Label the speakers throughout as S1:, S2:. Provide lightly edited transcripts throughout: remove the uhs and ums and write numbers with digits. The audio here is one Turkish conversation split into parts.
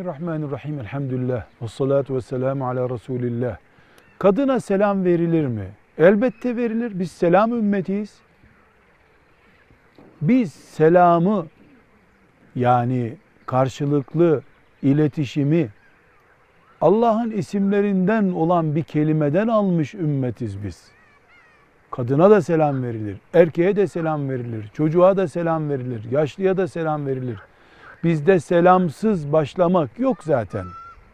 S1: Bismillahirrahmanirrahim. Elhamdülillah. Vessalatu vesselamu ala Resulillah. Kadına selam verilir mi? Elbette verilir. Biz selam ümmetiyiz. Biz selamı, yani karşılıklı iletişimi Allah'ın isimlerinden olan bir kelimeden almış ümmetiz biz. Kadına da selam verilir, erkeğe de selam verilir, çocuğa da selam verilir, yaşlıya da selam verilir. Bizde selamsız başlamak yok zaten.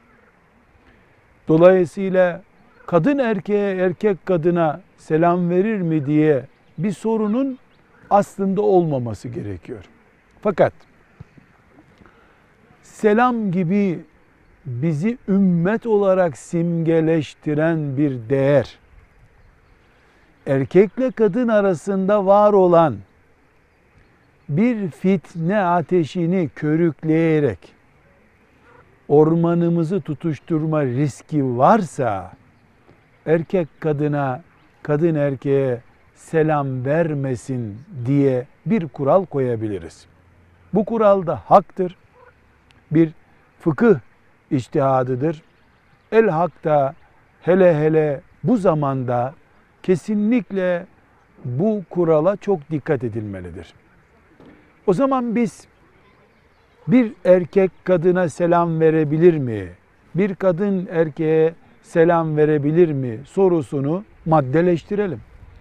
S1: Dolayısıyla kadın erkeğe, erkek kadına selam verir mi diye bir sorunun aslında olmaması gerekiyor. Fakat selam gibi bizi ümmet olarak simgeleştiren bir değer, erkekle kadın arasında var olan bir fitne ateşini körükleyerek ormanımızı tutuşturma riski varsa, erkek kadına, kadın erkeğe selam vermesin diye bir kural koyabiliriz. Bu kural da haktır. Bir fıkıh içtihadıdır. El-hak da hele bu zamanda kesinlikle bu kurala çok dikkat edilmelidir. O zaman biz bir erkek kadına selam verebilir mi? Bir kadın erkeğe selam verebilir mi sorusunu maddeleştirelim.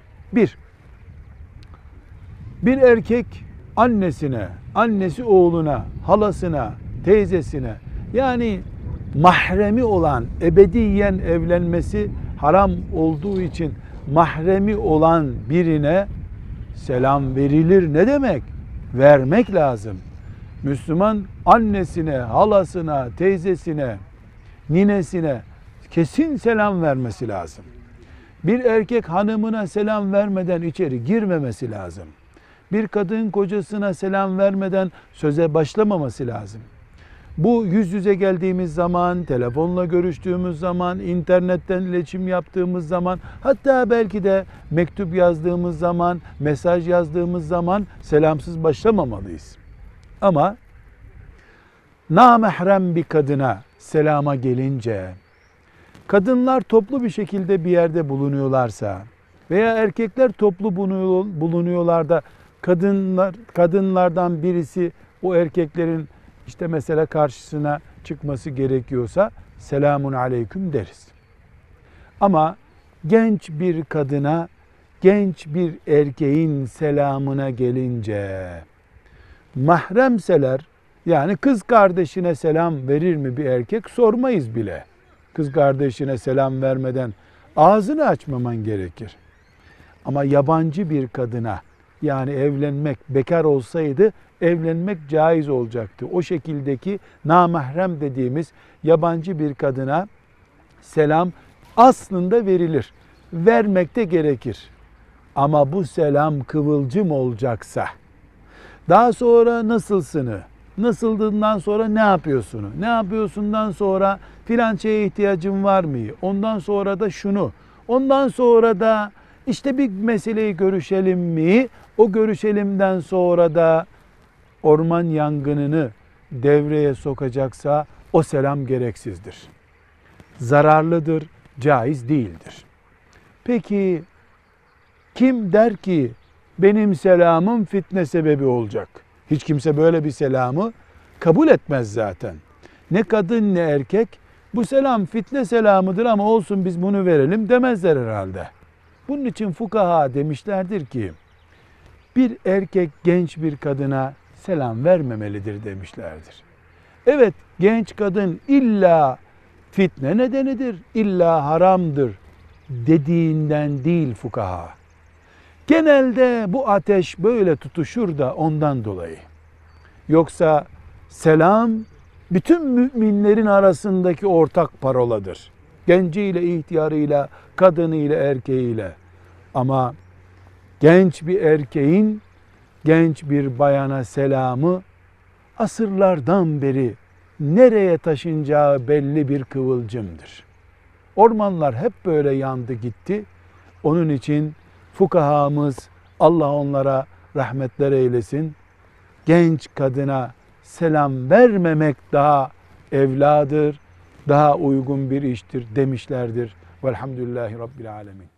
S1: Bir erkek annesine, annesi oğluna, halasına, teyzesine, yani mahremi olan, ebediyen evlenmesi haram olduğu için mahremi olan birine selam verilir. Ne demek? Vermek lazım. Müslüman annesine, halasına, teyzesine, ninesine kesin selam vermesi lazım. Bir erkek hanımına selam vermeden içeri girmemesi lazım. Bir kadın kocasına selam vermeden söze başlamaması lazım. Bu yüz yüze geldiğimiz zaman, telefonla görüştüğümüz zaman, internetten iletişim yaptığımız zaman, hatta belki de mektup yazdığımız zaman, mesaj yazdığımız zaman selamsız başlamamalıyız. Ama namahrem bir kadına selama gelince, kadınlar toplu bir şekilde bir yerde bulunuyorlarsa veya erkekler toplu bulunuyorlar da kadınlardan birisi o erkeklerin işte mesela karşısına çıkması gerekiyorsa selamun aleyküm deriz. Ama genç bir kadına, genç bir erkeğin selamına gelince, mahremseler, yani kız kardeşine selam verir mi bir erkek sormayız bile. Kız kardeşine selam vermeden ağzını açmaman gerekir. Ama yabancı bir kadına, yani evlenmek, bekar olsaydı evlenmek caiz olacaktı. O şekildeki namahrem dediğimiz yabancı bir kadına selam aslında verilir. Vermek de gerekir. Ama bu selam kıvılcım olacaksa, daha sonra nasılsını, nasıldığından sonra ne yapıyorsunu, ne yapıyorsundan sonra filan şeye ihtiyacın var mı, ondan sonra da şunu, ondan sonra da işte bir meseleyi görüşelim mi, o görüşelimden sonra da orman yangınını devreye sokacaksa o selam gereksizdir. Zararlıdır, caiz değildir. Peki kim der ki benim selamım fitne sebebi olacak? Hiç kimse böyle bir selamı kabul etmez zaten. Ne kadın ne erkek bu selam fitne selamıdır ama olsun biz bunu verelim demezler herhalde. Bunun için fukaha demişlerdir ki bir erkek genç bir kadına selam vermemelidir demişlerdir. Evet, genç kadın illa fitne nedenidir, illa haramdır dediğinden değil fukaha. Genelde bu ateş böyle tutuşur da ondan dolayı. Yoksa selam bütün müminlerin arasındaki ortak paroladır. Genciyle, ihtiyarıyla, kadınıyla, erkeğiyle. Ama genç bir erkeğin genç bir bayana selamı asırlardan beri nereye taşınacağı belli bir kıvılcımdır. Ormanlar hep böyle yandı gitti. Onun için fukahamız, Allah onlara rahmetler eylesin, genç kadına selam vermemek daha evladır, daha uygun bir iştir demişlerdir. Velhamdülillahi Rabbil Alemin.